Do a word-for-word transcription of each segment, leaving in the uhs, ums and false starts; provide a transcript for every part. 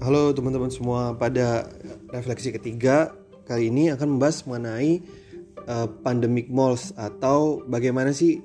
Halo teman-teman semua, pada refleksi ketiga kali ini akan membahas mengenai uh, pandemic malls atau bagaimana sih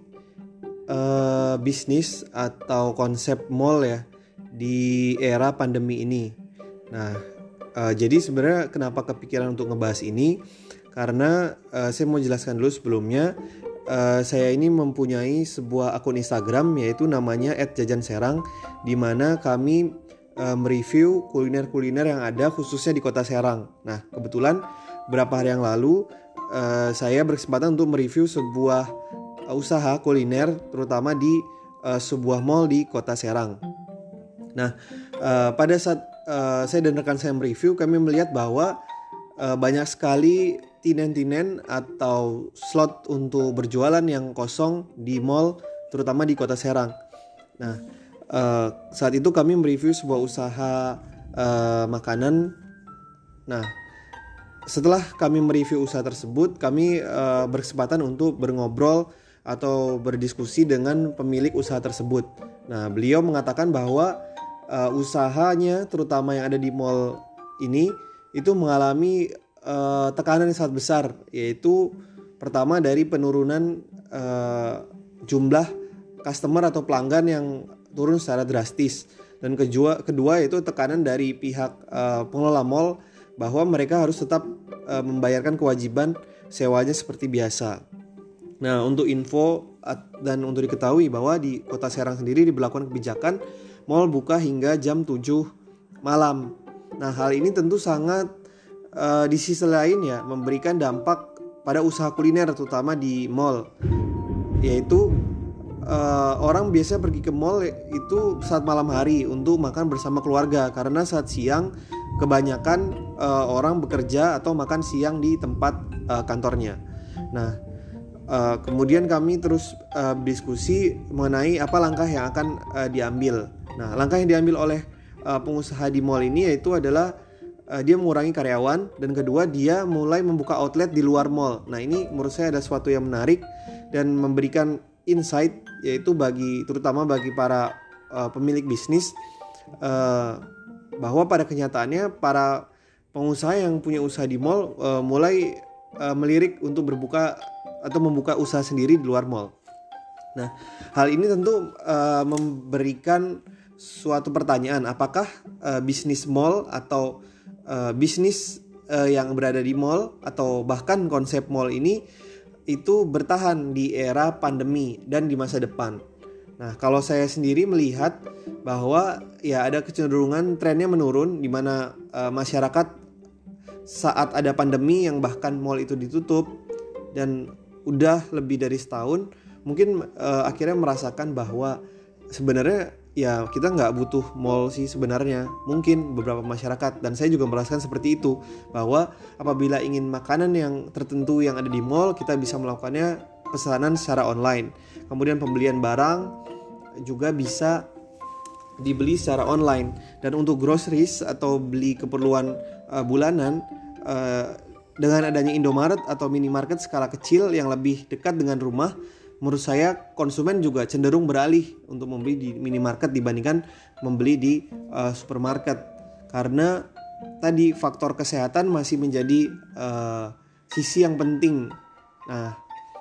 uh, bisnis atau konsep mall ya di era pandemi ini. Nah, uh, jadi sebenarnya kenapa kepikiran untuk ngebahas ini? Karena uh, saya mau jelaskan dulu sebelumnya, uh, saya ini mempunyai sebuah akun Instagram yaitu namanya et jajan serang, di mana kami mereview kuliner-kuliner yang ada khususnya di kota Serang. Nah, kebetulan beberapa hari yang lalu uh, saya berkesempatan untuk mereview sebuah uh, usaha kuliner terutama di uh, sebuah mall di kota Serang. Nah, uh, pada saat uh, saya dan rekan saya mereview, kami melihat bahwa uh, banyak sekali tinen-tinen atau slot untuk berjualan yang kosong di mall terutama di kota Serang. Nah, Uh, saat itu kami mereview sebuah usaha uh, makanan. Nah, setelah kami mereview usaha tersebut, kami uh, berkesempatan untuk berngobrol atau berdiskusi dengan pemilik usaha tersebut. Nah, beliau mengatakan bahwa uh, usahanya terutama yang ada di mall ini itu mengalami uh, tekanan yang sangat besar, yaitu pertama dari penurunan uh, jumlah customer atau pelanggan yang turun secara drastis, dan kedua kedua itu tekanan dari pihak uh, pengelola mall bahwa mereka harus tetap uh, membayarkan kewajiban sewanya seperti biasa. Nah, untuk info dan untuk diketahui bahwa di kota Serang sendiri diberlakukan kebijakan mall buka hingga jam tujuh malam. Nah, hal ini tentu sangat uh, di sisi lain ya memberikan dampak pada usaha kuliner terutama di mall, yaitu Uh, orang biasanya pergi ke mall itu saat malam hari untuk makan bersama keluarga, karena saat siang kebanyakan uh, orang bekerja atau makan siang di tempat uh, kantornya. Nah, uh, kemudian kami terus uh, diskusi mengenai apa langkah yang akan uh, diambil. Nah, langkah yang diambil oleh uh, pengusaha di mall ini yaitu adalah uh, dia mengurangi karyawan, dan kedua dia mulai membuka outlet di luar mall. Nah, ini menurut saya ada sesuatu yang menarik dan memberikan insight, yaitu bagi terutama bagi para uh, pemilik bisnis uh, bahwa pada kenyataannya para pengusaha yang punya usaha di mall uh, mulai uh, melirik untuk berbuka atau membuka usaha sendiri di luar mall. Nah, hal ini tentu uh, memberikan suatu pertanyaan, apakah uh, bisnis mall atau uh, bisnis uh, yang berada di mall atau bahkan konsep mall ini itu bertahan di era pandemi dan di masa depan. Nah, kalau saya sendiri melihat bahwa ya ada kecenderungan trennya menurun, di mana uh, masyarakat saat ada pandemi yang bahkan mall itu ditutup dan udah lebih dari setahun, mungkin uh, akhirnya merasakan bahwa sebenarnya ya kita nggak butuh mall sih sebenarnya, mungkin beberapa masyarakat, dan saya juga merasakan seperti itu, bahwa apabila ingin makanan yang tertentu yang ada di mall, kita bisa melakukannya pesanan secara online. Kemudian pembelian barang juga bisa dibeli secara online, dan untuk groceries atau beli keperluan uh, bulanan uh, dengan adanya Indomaret atau minimarket skala kecil yang lebih dekat dengan rumah, menurut saya konsumen juga cenderung beralih untuk membeli di minimarket dibandingkan membeli di uh, supermarket, karena tadi faktor kesehatan masih menjadi uh, sisi yang penting. Nah,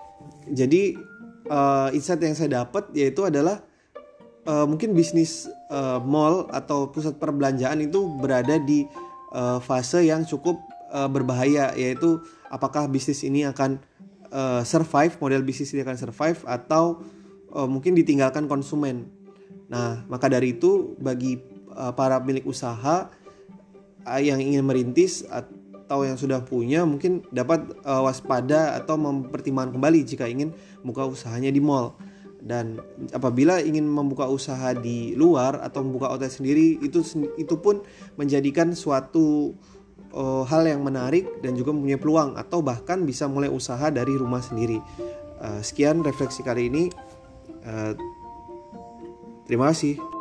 jadi uh, insight yang saya dapat yaitu adalah uh, mungkin bisnis uh, mall atau pusat perbelanjaan itu berada di uh, fase yang cukup uh, berbahaya, yaitu apakah bisnis ini akan Uh, survive, model bisnis ini akan survive atau uh, mungkin ditinggalkan konsumen. Nah, maka dari itu bagi uh, para pemilik usaha uh, yang ingin merintis atau yang sudah punya mungkin dapat uh, waspada atau mempertimbangkan kembali jika ingin membuka usahanya di mall. Dan apabila ingin membuka usaha di luar atau membuka outlet sendiri, itu itu pun menjadikan suatu Uh, hal yang menarik dan juga mempunyai peluang, atau bahkan bisa mulai usaha dari rumah sendiri. Uh, sekian refleksi kali ini. Uh, terima kasih.